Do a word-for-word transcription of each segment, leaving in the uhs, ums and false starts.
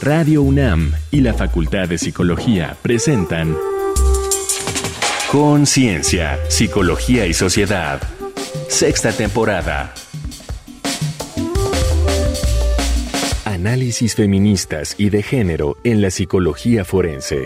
Radio UNAM y la Facultad de Psicología presentan Conciencia, Psicología y Sociedad. Sexta temporada. Análisis feministas y de género en la psicología forense.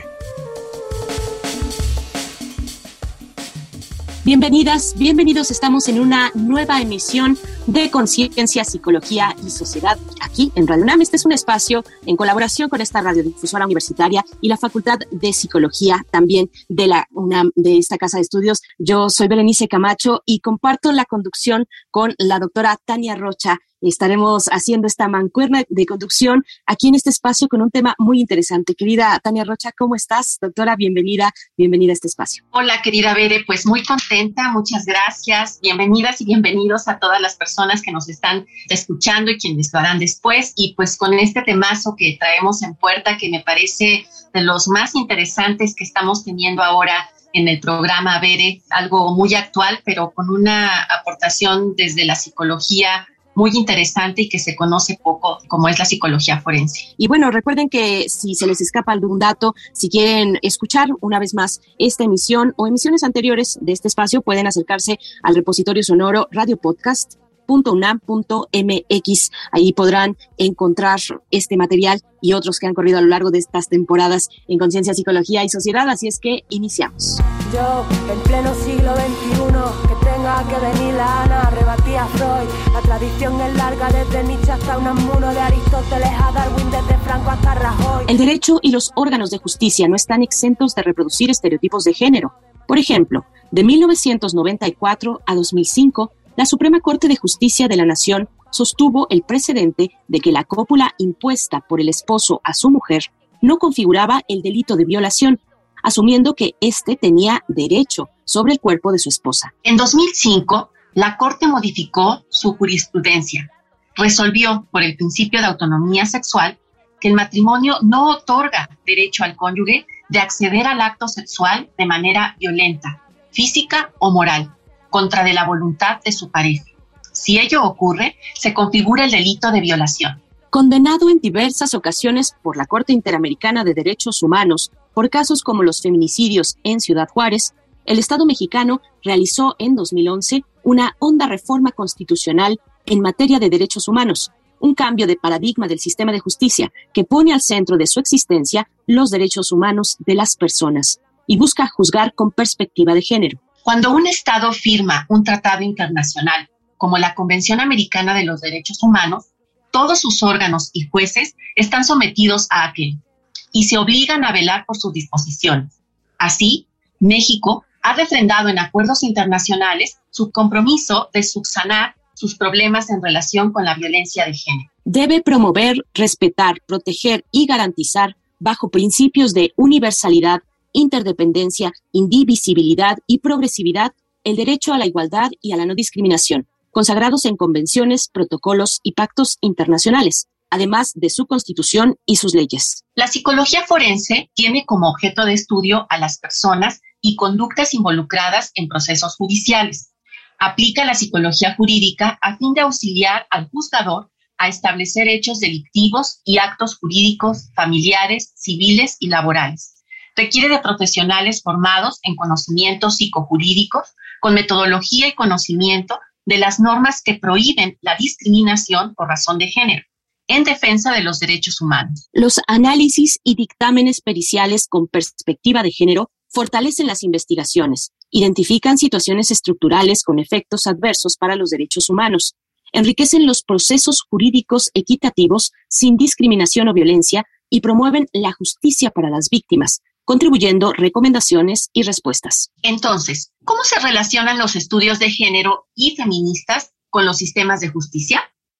Bienvenidas, bienvenidos. Estamos en una nueva emisión de Conciencia, Psicología y Sociedad aquí en Radio UNAM. Este es un espacio en colaboración con esta radiodifusora universitaria y la Facultad de Psicología también de la UNAM, de esta casa de estudios. Yo soy Berenice Camacho y comparto la conducción con la doctora Tania Rocha. Estaremos haciendo esta mancuerna de conducción aquí en este espacio con un tema muy interesante. Querida Tania Rocha, ¿cómo estás? Doctora, bienvenida, bienvenida a este espacio. Hola, querida Bere, pues muy contenta, muchas gracias. Bienvenidas y bienvenidos a todas las personas que nos están escuchando y quienes lo harán después. Y pues con este temazo que traemos en puerta, que me parece de los más interesantes que estamos teniendo ahora en el programa Bere, algo muy actual, pero con una aportación desde la psicología muy interesante y que se conoce poco, como es la psicología forense. Y bueno, recuerden que si se les escapa algún dato, si quieren escuchar una vez más esta emisión o emisiones anteriores de este espacio, pueden acercarse al repositorio sonoro Radio Podcast punto unam punto m x. Ahí podrán encontrar este material y otros que han corrido a lo largo de estas temporadas en Conciencia, Psicología y Sociedad. Así es que iniciamos. Yo, en pleno siglo veintiuno, que tenga que venir la Ana, rebatía a Freud. La tradición es larga, desde Nietzsche hasta Unamuno, de Aristóteles a Darwin, desde Franco hasta Rajoy. El derecho y los órganos de justicia no están exentos de reproducir estereotipos de género. Por ejemplo, de mil novecientos noventa y cuatro a dos mil cinco, la Suprema Corte de Justicia de la Nación sostuvo el precedente de que la cópula impuesta por el esposo a su mujer no configuraba el delito de violación, asumiendo que éste tenía derecho sobre el cuerpo de su esposa. En dos mil cinco, la Corte modificó su jurisprudencia. Resolvió, por el principio de autonomía sexual, que el matrimonio no otorga derecho al cónyuge de acceder al acto sexual de manera violenta, física o moral, contra de la voluntad de su pareja. Si ello ocurre, se configura el delito de violación. Condenado en diversas ocasiones por la Corte Interamericana de Derechos Humanos por casos como los feminicidios en Ciudad Juárez, el Estado mexicano realizó en dos mil once una honda reforma constitucional en materia de derechos humanos, un cambio de paradigma del sistema de justicia que pone al centro de su existencia los derechos humanos de las personas y busca juzgar con perspectiva de género. Cuando un Estado firma un tratado internacional, como la Convención Americana de los Derechos Humanos, todos sus órganos y jueces están sometidos a aquel y se obligan a velar por sus disposiciones. Así, México ha refrendado en acuerdos internacionales su compromiso de subsanar sus problemas en relación con la violencia de género. Debe promover, respetar, proteger y garantizar, bajo principios de universalidad, interdependencia, indivisibilidad y progresividad, el derecho a la igualdad y a la no discriminación, consagrados en convenciones, protocolos y pactos internacionales, además de su Constitución y sus leyes. La psicología forense tiene como objeto de estudio a las personas y conductas involucradas en procesos judiciales. Aplica la psicología jurídica a fin de auxiliar al juzgador a establecer hechos delictivos y actos jurídicos, familiares, civiles y laborales. Requiere de profesionales formados en conocimientos psicojurídicos, con metodología y conocimiento de las normas que prohíben la discriminación por razón de género, en defensa de los derechos humanos. Los análisis y dictámenes periciales con perspectiva de género fortalecen las investigaciones, identifican situaciones estructurales con efectos adversos para los derechos humanos, enriquecen los procesos jurídicos equitativos sin discriminación o violencia y promueven la justicia para las víctimas, contribuyendo recomendaciones y respuestas. Entonces, ¿cómo se relacionan los estudios de género y feministas con los sistemas de justicia?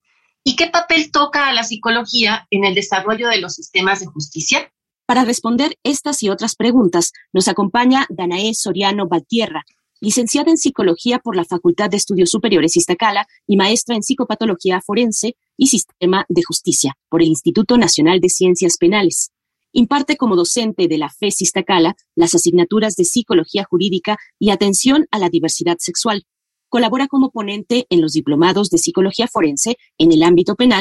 ¿Y qué papel toca a la psicología en el desarrollo de los sistemas de justicia? Para responder estas y otras preguntas, nos acompaña Danae Soriano Valtierra, licenciada en Psicología por la Facultad de Estudios Superiores Iztacala y maestra en Psicopatología Forense y Sistema de Justicia por el Instituto Nacional de Ciencias Penales. Imparte como docente de la F E S Iztacala las asignaturas de Psicología Jurídica y Atención a la Diversidad Sexual. Colabora como ponente en los diplomados de Psicología Forense en el ámbito penal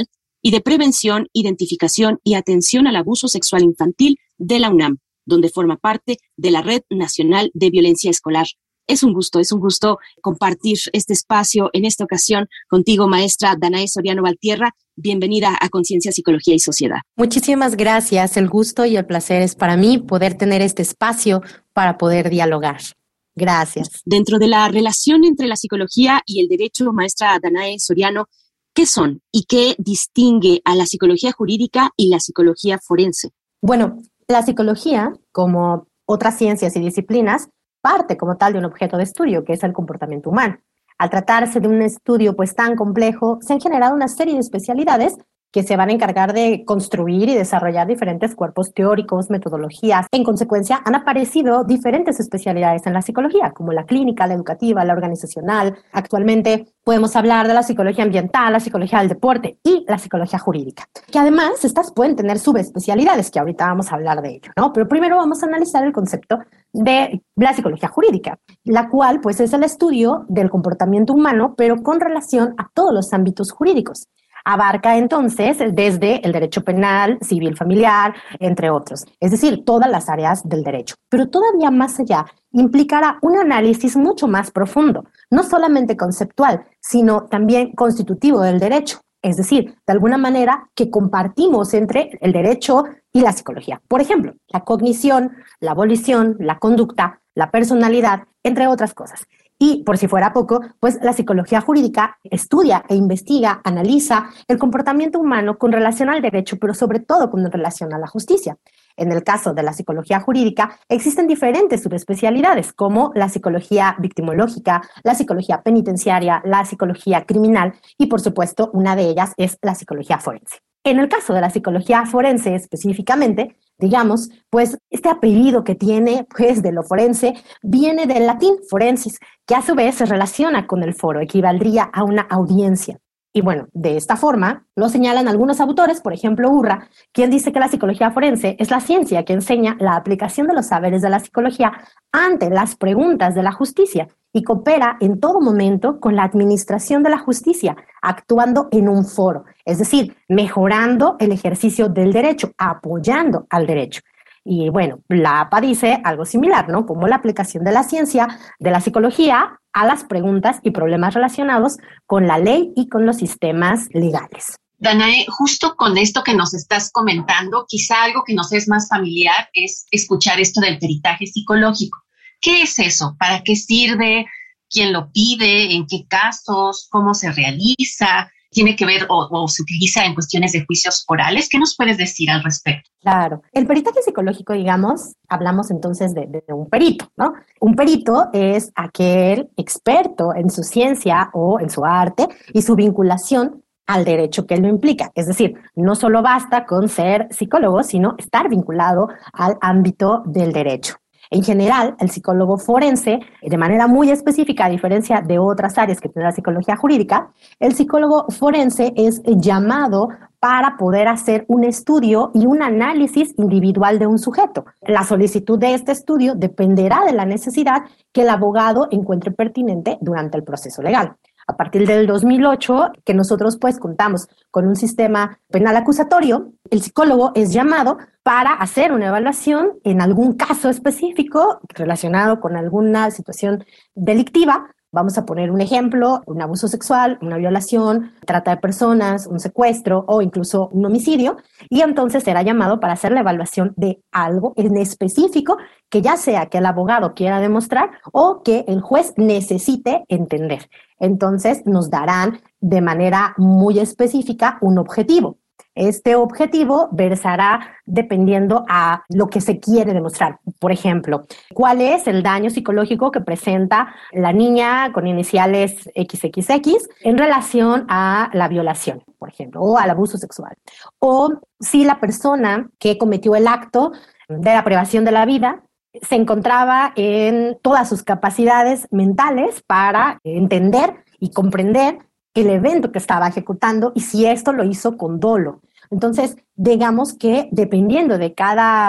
y de Prevención, Identificación y Atención al Abuso Sexual Infantil de la UNAM, donde forma parte de la Red Nacional de Violencia Escolar. Es un gusto, es un gusto compartir este espacio en esta ocasión contigo, maestra Danae Soriano Valtierra. Bienvenida a Conciencia, Psicología y Sociedad. Muchísimas gracias. El gusto y el placer es para mí poder tener este espacio para poder dialogar. Gracias. Dentro de la relación entre la psicología y el derecho, maestra Danae Soriano, ¿qué son y qué distingue a la psicología jurídica y la psicología forense? Bueno, la psicología, como otras ciencias y disciplinas, parte como tal de un objeto de estudio, que es el comportamiento humano. Al tratarse de un estudio pues tan complejo, se han generado una serie de especialidades que se van a encargar de construir y desarrollar diferentes cuerpos teóricos, metodologías. En consecuencia, han aparecido diferentes especialidades en la psicología, como la clínica, la educativa, la organizacional. Actualmente podemos hablar de la psicología ambiental, la psicología del deporte y la psicología jurídica, que además estas pueden tener subespecialidades, que ahorita vamos a hablar de ello, ¿no? Pero primero vamos a analizar el concepto de la psicología jurídica, la cual pues es el estudio del comportamiento humano, pero con relación a todos los ámbitos jurídicos. Abarca entonces desde el derecho penal, civil, familiar, entre otros, es decir, todas las áreas del derecho. Pero todavía más allá, implicará un análisis mucho más profundo, no solamente conceptual, sino también constitutivo del derecho, es decir, de alguna manera que compartimos entre el derecho y la psicología. Por ejemplo, la cognición, la volición, la conducta, la personalidad, entre otras cosas. Y por si fuera poco, pues la psicología jurídica estudia e investiga, analiza el comportamiento humano con relación al derecho, pero sobre todo con relación a la justicia. En el caso de la psicología jurídica, existen diferentes subespecialidades como la psicología victimológica, la psicología penitenciaria, la psicología criminal y, por supuesto, una de ellas es la psicología forense. En el caso de la psicología forense específicamente, digamos, pues este apellido que tiene, pues de lo forense, viene del latín forensis, que a su vez se relaciona con el foro, equivaldría a una audiencia. Y bueno, de esta forma lo señalan algunos autores, por ejemplo Urra, quien dice que la psicología forense es la ciencia que enseña la aplicación de los saberes de la psicología ante las preguntas de la justicia y coopera en todo momento con la administración de la justicia, actuando en un foro, es decir, mejorando el ejercicio del derecho, apoyando al derecho. Y bueno, la A P A dice algo similar, ¿no? Como la aplicación de la ciencia, de la psicología, a las preguntas y problemas relacionados con la ley y con los sistemas legales. Danae, justo con esto que nos estás comentando, quizá algo que nos es más familiar es escuchar esto del peritaje psicológico. ¿Qué es eso? ¿Para qué sirve? ¿Quién lo pide? ¿En qué casos? ¿Cómo se realiza? ¿Tiene que ver o, o se utiliza en cuestiones de juicios orales? ¿Qué nos puedes decir al respecto? Claro. El peritaje psicológico, digamos, hablamos entonces de, de, de un perito, ¿no? Un perito es aquel experto en su ciencia o en su arte y su vinculación al derecho que lo implica. Es decir, no solo basta con ser psicólogo, sino estar vinculado al ámbito del derecho. En general, el psicólogo forense, de manera muy específica, a diferencia de otras áreas que tiene la psicología jurídica, el psicólogo forense es llamado para poder hacer un estudio y un análisis individual de un sujeto. La solicitud de este estudio dependerá de la necesidad que el abogado encuentre pertinente durante el proceso legal. A partir del dos mil ocho, que nosotros pues contamos con un sistema penal acusatorio, el psicólogo es llamado para hacer una evaluación en algún caso específico relacionado con alguna situación delictiva. Vamos a poner un ejemplo, un abuso sexual, una violación, trata de personas, un secuestro o incluso un homicidio, y entonces será llamado para hacer la evaluación de algo en específico que ya sea que el abogado quiera demostrar o que el juez necesite entender. Entonces nos darán de manera muy específica un objetivo. Este objetivo versará dependiendo a lo que se quiere demostrar. Por ejemplo, ¿cuál es el daño psicológico que presenta la niña con iniciales equis equis equis en relación a la violación, por ejemplo, o al abuso sexual? O si la persona que cometió el acto de la privación de la vida se encontraba en todas sus capacidades mentales para entender y comprender el evento que estaba ejecutando y si esto lo hizo con dolo. Entonces, digamos que dependiendo de cada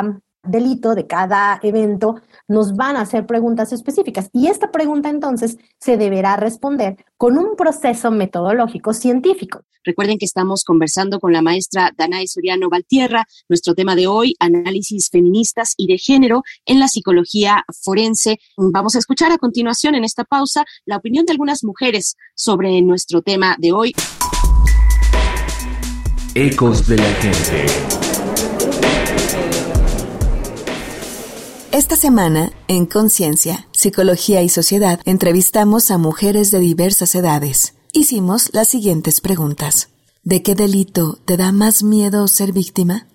delito, de cada evento, nos van a hacer preguntas específicas. Y esta pregunta entonces se deberá responder con un proceso metodológico científico. Recuerden que estamos conversando con la maestra Danae Soriano Valtierra. Nuestro tema de hoy, análisis feministas y de género en la psicología forense. Vamos a escuchar a continuación en esta pausa la opinión de algunas mujeres sobre nuestro tema de hoy. Ecos de la gente. Esta semana, en Conciencia, Psicología y Sociedad, entrevistamos a mujeres de diversas edades. Hicimos las siguientes preguntas. ¿De qué delito te da más miedo ser víctima?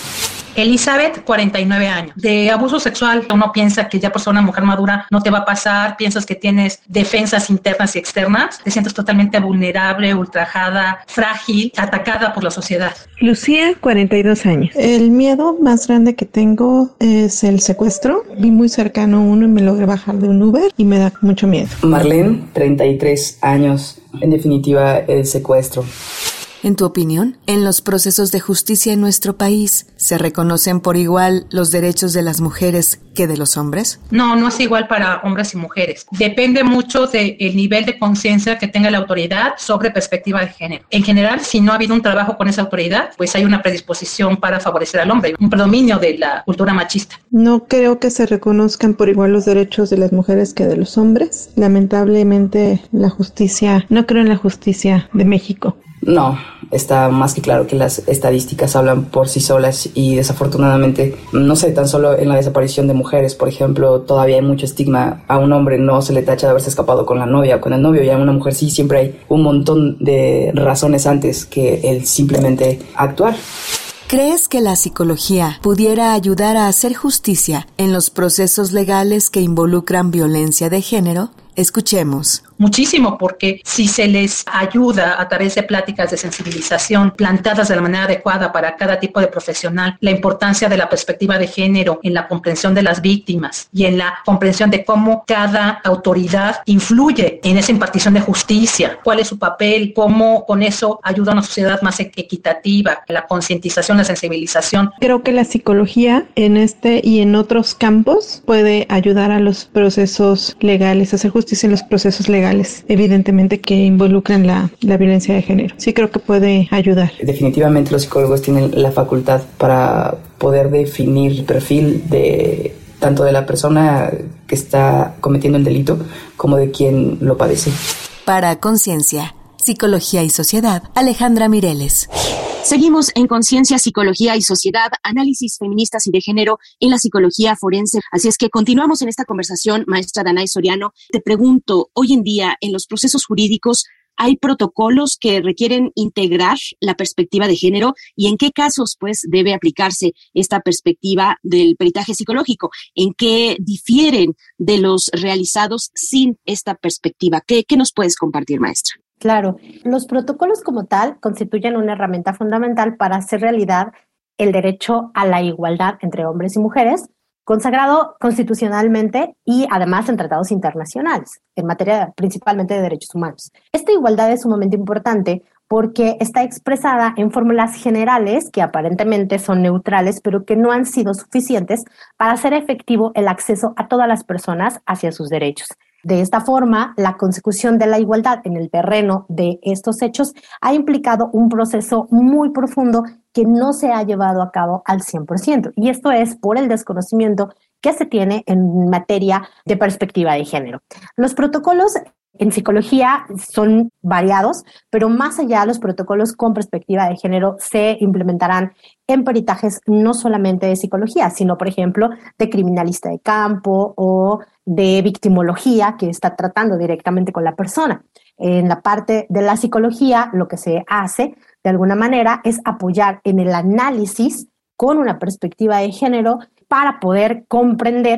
Elizabeth, cuarenta y nueve años. De abuso sexual, uno piensa que ya por ser una mujer madura no te va a pasar, piensas que tienes defensas internas y externas, te sientes totalmente vulnerable, ultrajada, frágil, atacada por la sociedad. Lucía, cuarenta y dos años. El miedo más grande que tengo es el secuestro. Vi muy cercano uno y me logré bajar de un Uber y me da mucho miedo. Marlene, treinta y tres años. En definitiva, el secuestro. En tu opinión, ¿en los procesos de justicia en nuestro país se reconocen por igual los derechos de las mujeres que de los hombres? No, no es igual para hombres y mujeres. Depende mucho del nivel de conciencia que tenga la autoridad sobre perspectiva de género. En general, si no ha habido un trabajo con esa autoridad, pues hay una predisposición para favorecer al hombre, un predominio de la cultura machista. No creo que se reconozcan por igual los derechos de las mujeres que de los hombres. Lamentablemente, la justicia, no creo en la justicia de México. No, está más que claro que las estadísticas hablan por sí solas y desafortunadamente, no sé, tan solo en la desaparición de mujeres, por ejemplo, todavía hay mucho estigma. A un hombre no se le tacha de haberse escapado con la novia o con el novio, y a una mujer sí, siempre hay un montón de razones antes que el simplemente actuar. ¿Crees que la psicología pudiera ayudar a hacer justicia en los procesos legales que involucran violencia de género? Escuchemos. Muchísimo, porque si se les ayuda a través de pláticas de sensibilización plantadas de la manera adecuada para cada tipo de profesional, la importancia de la perspectiva de género en la comprensión de las víctimas y en la comprensión de cómo cada autoridad influye en esa impartición de justicia, cuál es su papel, cómo con eso ayuda a una sociedad más equitativa, la concientización, la sensibilización. Creo que la psicología en este y en otros campos puede ayudar a los procesos legales, a hacer justicia en los procesos legales. Evidentemente que involucran la, la violencia de género. Sí creo que puede ayudar. Definitivamente los psicólogos tienen la facultad para poder definir el perfil de tanto de la persona que está cometiendo el delito como de quien lo padece. Para Conciencia, Psicología y Sociedad, Alejandra Mireles. Seguimos en Conciencia, Psicología y Sociedad, análisis feministas y de género en la psicología forense. Así es que continuamos en esta conversación, maestra Danae Soriano. Te pregunto, hoy en día, en los procesos jurídicos, ¿hay protocolos que requieren integrar la perspectiva de género? ¿Y en qué casos, pues, debe aplicarse esta perspectiva del peritaje psicológico? ¿En qué difieren de los realizados sin esta perspectiva? ¿Qué, qué nos puedes compartir, maestra? Claro, los protocolos como tal constituyen una herramienta fundamental para hacer realidad el derecho a la igualdad entre hombres y mujeres, consagrado constitucionalmente y además en tratados internacionales, en materia principalmente de derechos humanos. Esta igualdad es sumamente importante porque está expresada en fórmulas generales que aparentemente son neutrales, pero que no han sido suficientes para hacer efectivo el acceso a todas las personas hacia sus derechos. De esta forma, la consecución de la igualdad en el terreno de estos hechos ha implicado un proceso muy profundo que no se ha llevado a cabo al cien por ciento. Y esto es por el desconocimiento que se tiene en materia de perspectiva de género. Los protocolos en psicología son variados, pero más allá, los protocolos con perspectiva de género se implementarán en peritajes no solamente de psicología, sino, por ejemplo, de criminalista de campo o de victimología, que está tratando directamente con la persona. En la parte de la psicología, lo que se hace, de alguna manera, es apoyar en el análisis con una perspectiva de género para poder comprender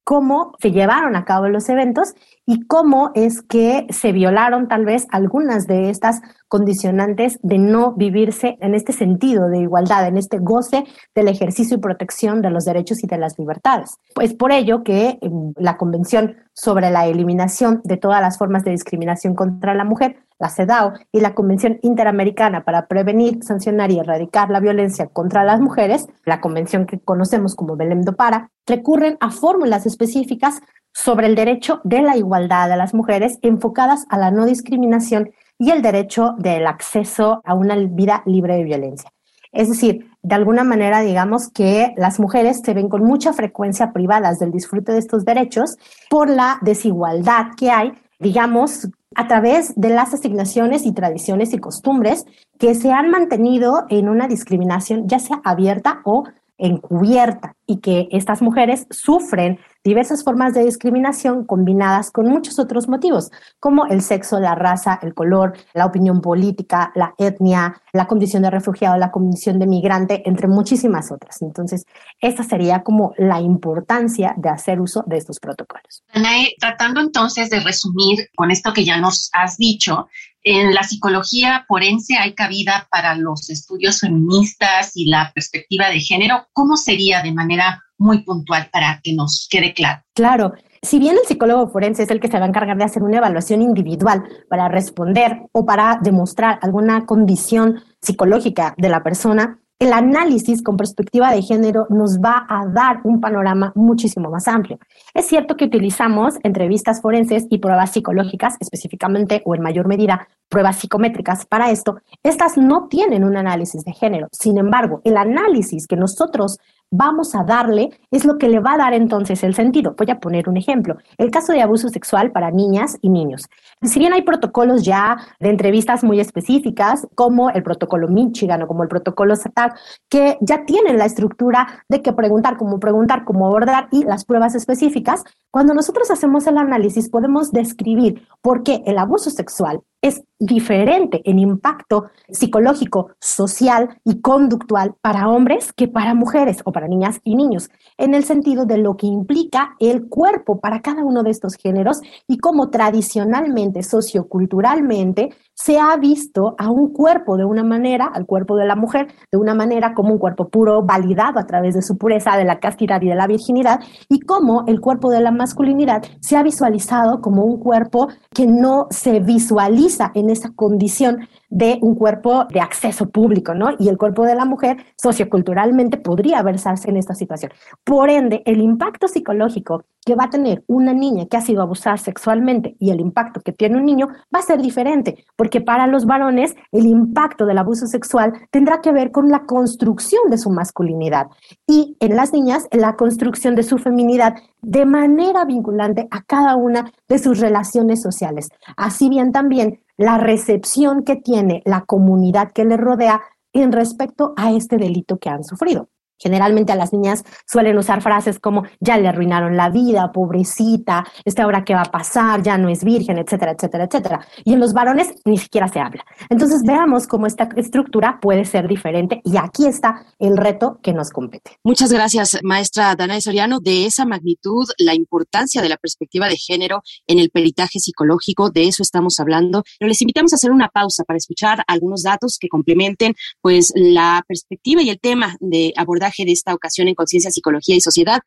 cómo se llevaron a cabo los eventos y cómo es que se violaron tal vez algunas de estas condicionantes de no vivirse en este sentido de igualdad, en este goce del ejercicio y protección de los derechos y de las libertades. Es por ello que eh, la Convención sobre la Eliminación de todas las formas de discriminación contra la mujer, la CEDAW, y la Convención Interamericana para Prevenir, Sancionar y Erradicar la Violencia contra las Mujeres, la convención que conocemos como Belém do Pará, recurren a fórmulas específicas sobre el derecho de la igualdad de las mujeres enfocadas a la no discriminación y el derecho del acceso a una vida libre de violencia. Es decir, de alguna manera, digamos que las mujeres se ven con mucha frecuencia privadas del disfrute de estos derechos por la desigualdad que hay, digamos, a través de las asignaciones y tradiciones y costumbres que se han mantenido en una discriminación ya sea abierta o encubierta, y que estas mujeres sufren diversas formas de discriminación combinadas con muchos otros motivos, como el sexo, la raza, el color, la opinión política, la etnia, la condición de refugiado, la condición de migrante, entre muchísimas otras. Entonces, esta sería como la importancia de hacer uso de estos protocolos. Danae, tratando entonces de resumir con esto que ya nos has dicho, en la psicología forense hay cabida para los estudios feministas y la perspectiva de género. ¿Cómo sería de manera muy puntual para que nos quede claro? Claro. Si bien el psicólogo forense es el que se va a encargar de hacer una evaluación individual para responder o para demostrar alguna condición psicológica de la persona, el análisis con perspectiva de género nos va a dar un panorama muchísimo más amplio. Es cierto que utilizamos entrevistas forenses y pruebas psicológicas, específicamente o en mayor medida pruebas psicométricas para esto. Estas no tienen un análisis de género. Sin embargo, el análisis que nosotros vamos a darle es lo que le va a dar entonces el sentido. Voy a poner un ejemplo. El caso de abuso sexual para niñas y niños. Si bien hay protocolos ya de entrevistas muy específicas, como el protocolo Michigan o como el protocolo S A T A C, que ya tienen la estructura de qué preguntar, cómo preguntar, cómo abordar y las pruebas específicas, cuando nosotros hacemos el análisis podemos describir por qué el abuso sexual es diferente en impacto psicológico, social y conductual para hombres que para mujeres o para niñas y niños, en el sentido de lo que implica el cuerpo para cada uno de estos géneros y cómo tradicionalmente, socioculturalmente, se ha visto a un cuerpo de una manera, al cuerpo de la mujer, de una manera como un cuerpo puro, validado a través de su pureza, de la castidad y de la virginidad, y cómo el cuerpo de la masculinidad se ha visualizado como un cuerpo que no se visualiza en esa condición de un cuerpo de acceso público, ¿no? Y el cuerpo de la mujer socioculturalmente podría versarse en esta situación. Por ende, el impacto psicológico que va a tener una niña que ha sido abusada sexualmente y el impacto que tiene un niño va a ser diferente, porque para los varones el impacto del abuso sexual tendrá que ver con la construcción de su masculinidad y en las niñas la construcción de su feminidad de manera vinculante a cada una de sus relaciones sociales. Así bien también la recepción que tiene la comunidad que le rodea en respecto a este delito que han sufrido. Generalmente a las niñas suelen usar frases como ya le arruinaron la vida, pobrecita, ¿esta ahora qué va a pasar? Ya no es virgen, etcétera, etcétera, etcétera. Y en los varones ni siquiera se habla. Entonces veamos cómo esta estructura puede ser diferente y aquí está el reto que nos compete. Muchas gracias, maestra Danae Soriano. De esa magnitud, la importancia de la perspectiva de género en el peritaje psicológico, de eso estamos hablando. Pero les invitamos a hacer una pausa para escuchar algunos datos que complementen pues la perspectiva y el tema de abordaje de esta ocasión en Conciencia, Psicología y Sociedad.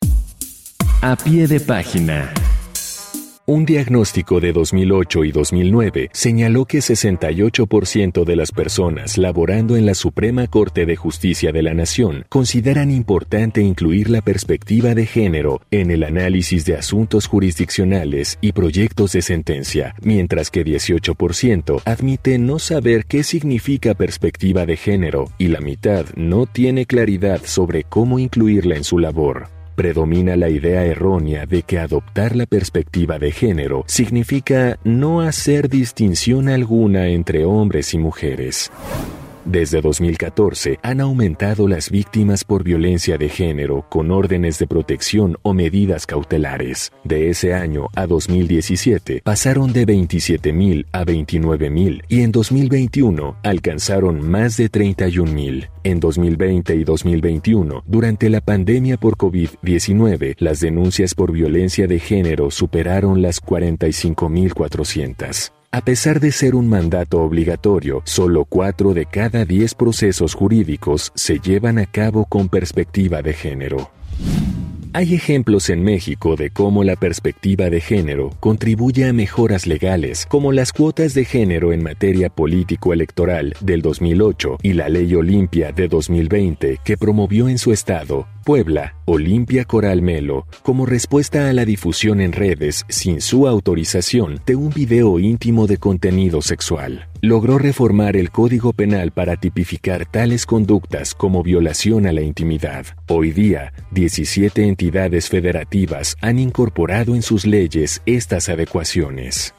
A pie de página. Un diagnóstico de dos mil ocho y dos mil nueve señaló que sesenta y ocho por ciento de las personas laborando en la Suprema Corte de Justicia de la Nación consideran importante incluir la perspectiva de género en el análisis de asuntos jurisdiccionales y proyectos de sentencia, mientras que dieciocho por ciento admite no saber qué significa perspectiva de género y la mitad no tiene claridad sobre cómo incluirla en su labor. Predomina la idea errónea de que adoptar la perspectiva de género significa no hacer distinción alguna entre hombres y mujeres. Desde dos mil catorce han aumentado las víctimas por violencia de género con órdenes de protección o medidas cautelares. De ese año a dos mil diecisiete pasaron de veintisiete mil a veintinueve mil y en dos mil veintiuno alcanzaron más de treinta y un mil. En dos mil veinte y dos mil veintiuno, durante la pandemia por COVID diecinueve, las denuncias por violencia de género superaron las cuarenta y cinco mil cuatrocientas. A pesar de ser un mandato obligatorio, solo cuatro de cada diez procesos jurídicos se llevan a cabo con perspectiva de género. Hay ejemplos en México de cómo la perspectiva de género contribuye a mejoras legales, como las cuotas de género en materia político-electoral del dos mil ocho y la Ley Olimpia de dos mil veinte que promovió en su estado, Puebla, Olimpia Coral Melo, como respuesta a la difusión en redes, sin su autorización, de un video íntimo de contenido sexual. Logró reformar el Código Penal para tipificar tales conductas como violación a la intimidad. Hoy día, diecisiete entidades federativas han incorporado en sus leyes estas adecuaciones.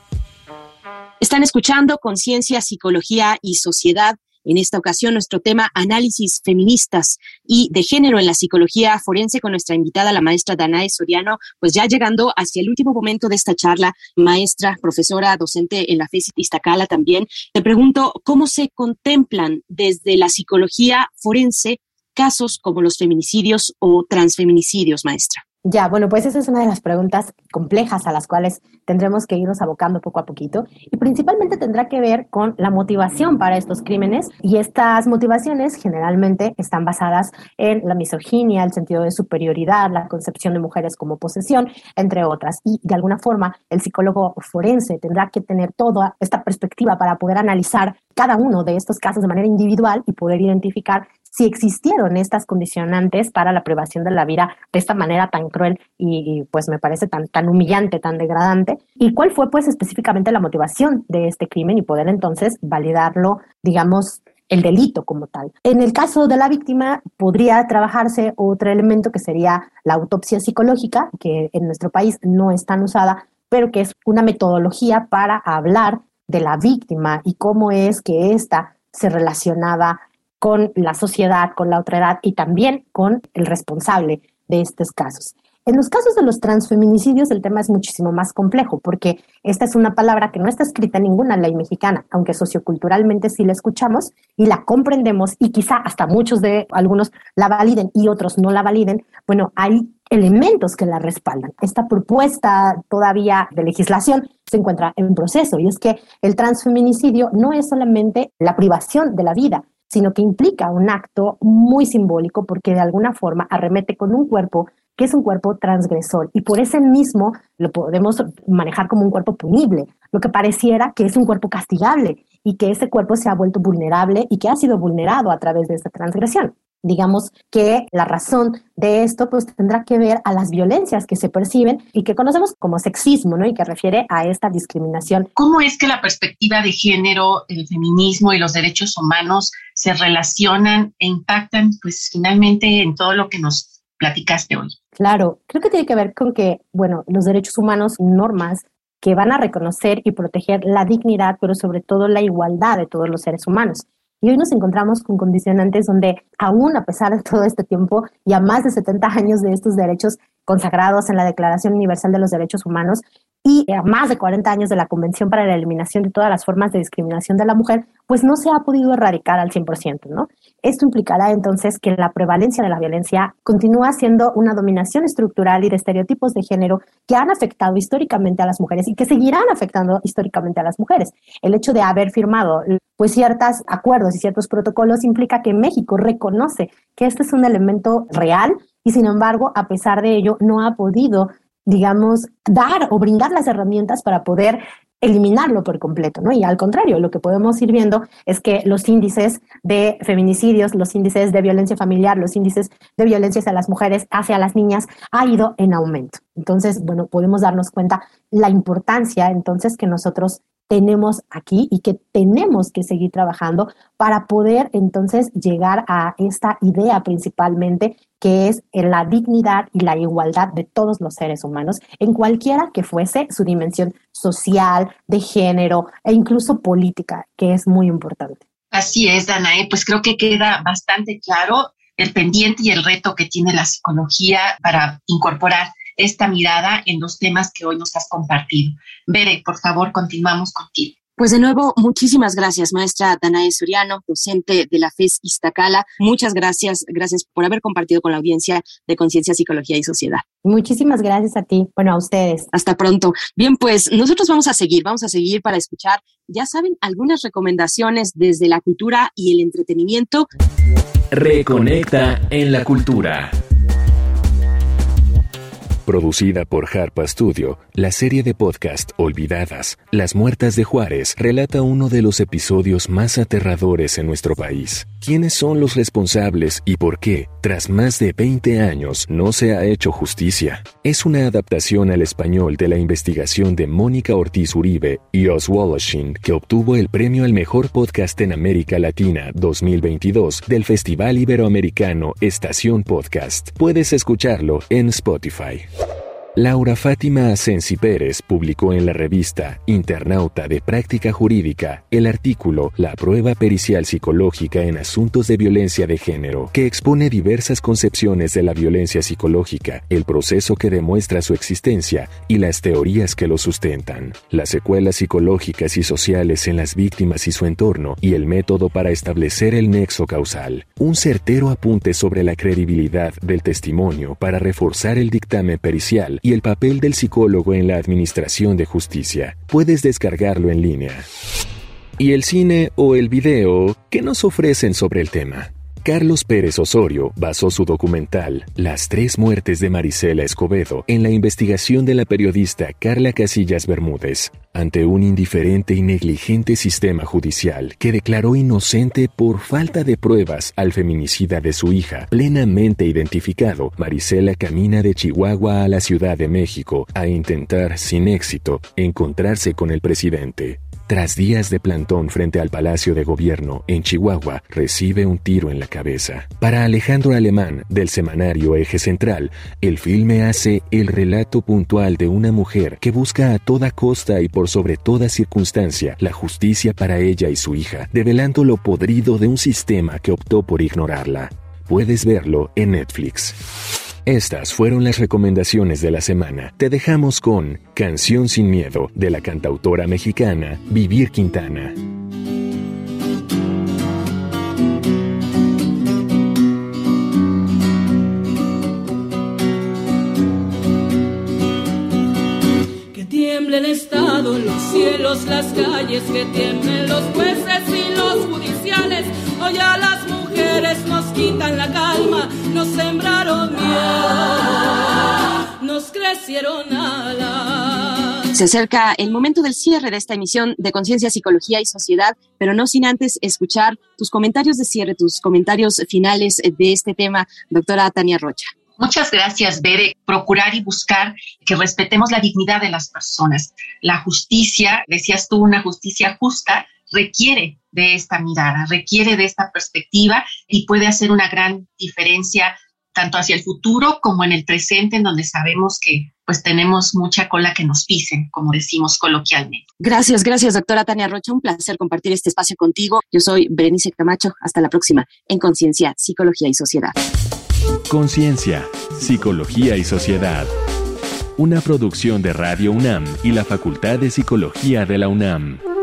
Están escuchando Conciencia, Psicología y Sociedad. En esta ocasión, nuestro tema, análisis feministas y de género en la psicología forense, con nuestra invitada, la maestra Danae Soriano. Pues ya llegando hacia el último momento de esta charla, maestra, profesora, docente en la FESIT Iztacala también, te pregunto, ¿cómo se contemplan desde la psicología forense casos como los feminicidios o transfeminicidios, maestra? Ya, bueno, pues esa es una de las preguntas complejas a las cuales tendremos que irnos abocando poco a poquito, y principalmente tendrá que ver con la motivación para estos crímenes, y estas motivaciones generalmente están basadas en la misoginia, el sentido de superioridad, la concepción de mujeres como posesión, entre otras, y de alguna forma el psicólogo forense tendrá que tener toda esta perspectiva para poder analizar cada uno de estos casos de manera individual y poder identificar si existieron estas condicionantes para la privación de la vida de esta manera tan cruel y, y pues me parece tan, tan humillante, tan degradante, y cuál fue pues específicamente la motivación de este crimen y poder entonces validarlo, digamos, el delito como tal. En el caso de la víctima podría trabajarse otro elemento que sería la autopsia psicológica, que en nuestro país no es tan usada, pero que es una metodología para hablar de la víctima y cómo es que ésta se relacionaba con la sociedad, con la otredad y también con el responsable de estos casos. En los casos de los transfeminicidios el tema es muchísimo más complejo porque esta es una palabra que no está escrita en ninguna ley mexicana, aunque socioculturalmente sí la escuchamos y la comprendemos y quizá hasta muchos de algunos la validen y otros no la validen. Bueno, hay elementos que la respaldan. Esta propuesta todavía de legislación se encuentra en proceso y es que el transfeminicidio no es solamente la privación de la vida, sino que implica un acto muy simbólico porque de alguna forma arremete con un cuerpo que es un cuerpo transgresor y por ese mismo lo podemos manejar como un cuerpo punible, lo que pareciera que es un cuerpo castigable y que ese cuerpo se ha vuelto vulnerable y que ha sido vulnerado a través de esta transgresión. Digamos que la razón de esto pues tendrá que ver a las violencias que se perciben y que conocemos como sexismo, ¿no? Y que refiere a esta discriminación. ¿Cómo es que la perspectiva de género, el feminismo y los derechos humanos se relacionan e impactan pues finalmente en todo lo que nos platicaste hoy? Claro, creo que tiene que ver con que, bueno, los derechos humanos son normas que van a reconocer y proteger la dignidad, pero sobre todo la igualdad de todos los seres humanos. Y hoy nos encontramos con condicionantes donde, aún a pesar de todo este tiempo y a más de setenta años de estos derechos consagrados en la Declaración Universal de los Derechos Humanos y a más de cuarenta años de la Convención para la Eliminación de todas las formas de discriminación de la mujer, pues no se ha podido erradicar al cien por ciento, ¿no? Esto implicará entonces que la prevalencia de la violencia continúa siendo una dominación estructural y de estereotipos de género que han afectado históricamente a las mujeres y que seguirán afectando históricamente a las mujeres. El hecho de haber firmado pues ciertos acuerdos y ciertos protocolos implica que México reconoce que este es un elemento real y sin embargo, a pesar de ello, no ha podido, digamos, dar o brindar las herramientas para poder eliminarlo por completo, ¿no? Y al contrario, lo que podemos ir viendo es que los índices de feminicidios, los índices de violencia familiar, los índices de violencia hacia las mujeres, hacia las niñas, ha ido en aumento. Entonces, bueno, podemos darnos cuenta la importancia entonces que nosotros tenemos aquí y que tenemos que seguir trabajando para poder entonces llegar a esta idea principalmente que es la dignidad y la igualdad de todos los seres humanos en cualquiera que fuese su dimensión social, de género e incluso política, que es muy importante. Así es, Danae, pues creo que queda bastante claro el pendiente y el reto que tiene la psicología para incorporar esta mirada en los temas que hoy nos has compartido. Bere, por favor, continuamos contigo. Pues de nuevo, muchísimas gracias, maestra Danae Soriano, docente de la F E S Iztacala. Muchas gracias, gracias por haber compartido con la audiencia de Conciencia, Psicología y Sociedad. Muchísimas gracias a ti, bueno, a ustedes. Hasta pronto. Bien, pues nosotros vamos a seguir, vamos a seguir para escuchar, ya saben, algunas recomendaciones desde la cultura y el entretenimiento. Reconecta en la cultura. Producida por Harpa Studio, la serie de podcast Olvidadas, Las Muertas de Juárez, relata uno de los episodios más aterradores en nuestro país. ¿Quiénes son los responsables y por qué, tras más de veinte años, no se ha hecho justicia? Es una adaptación al español de la investigación de Mónica Ortiz Uribe y Oz Woloschin, que obtuvo el premio al mejor podcast en América Latina dos mil veintidós del Festival Iberoamericano Estación Podcast. Puedes escucharlo en Spotify. Laura Fátima Asensi Pérez publicó en la revista Internauta de Práctica Jurídica el artículo La prueba pericial psicológica en asuntos de violencia de género, que expone diversas concepciones de la violencia psicológica, el proceso que demuestra su existencia y las teorías que lo sustentan, las secuelas psicológicas y sociales en las víctimas y su entorno y el método para establecer el nexo causal. Un certero apunte sobre la credibilidad del testimonio para reforzar el dictamen pericial y el papel del psicólogo en la administración de justicia. Puedes descargarlo en línea. ¿Y el cine o el video? ¿Qué nos ofrecen sobre el tema? Carlos Pérez Osorio basó su documental Las tres muertes de Marisela Escobedo en la investigación de la periodista Carla Casillas Bermúdez, ante un indiferente y negligente sistema judicial que declaró inocente por falta de pruebas al feminicida de su hija. Plenamente identificado, Marisela camina de Chihuahua a la Ciudad de México a intentar, sin éxito, encontrarse con el presidente. Tras días de plantón frente al Palacio de Gobierno en Chihuahua, recibe un tiro en la cabeza. Para Alejandro Alemán, del semanario Eje Central, el filme hace el relato puntual de una mujer que busca a toda costa y por sobre toda circunstancia la justicia para ella y su hija, develando lo podrido de un sistema que optó por ignorarla. Puedes verlo en Netflix. Estas fueron las recomendaciones de la semana. Te dejamos con Canción sin miedo, de la cantautora mexicana Vivir Quintana. Que tiemble el Estado, los cielos, las calles, que tiemblen los jueces y los judiciales. Hoy a las mujeres nos quitan la calma, nos sembraron miedo, nos crecieron alas. Se acerca el momento del cierre de esta emisión de Conciencia, Psicología y Sociedad, pero no sin antes escuchar tus comentarios de cierre, tus comentarios finales de este tema, doctora Tania Rocha. Muchas gracias, Bere. Procurar y buscar que respetemos la dignidad de las personas. La justicia, decías tú, una justicia justa, requiere de esta mirada, requiere de esta perspectiva y puede hacer una gran diferencia tanto hacia el futuro como en el presente, en donde sabemos que pues tenemos mucha cola que nos pisen, como decimos coloquialmente. Gracias, gracias, doctora Tania Rocha. Un placer compartir este espacio contigo. Yo soy Berenice Camacho. Hasta la próxima en Conciencia, Psicología y Sociedad. Conciencia, Psicología y Sociedad. Una producción de Radio UNAM y la Facultad de Psicología de la UNAM.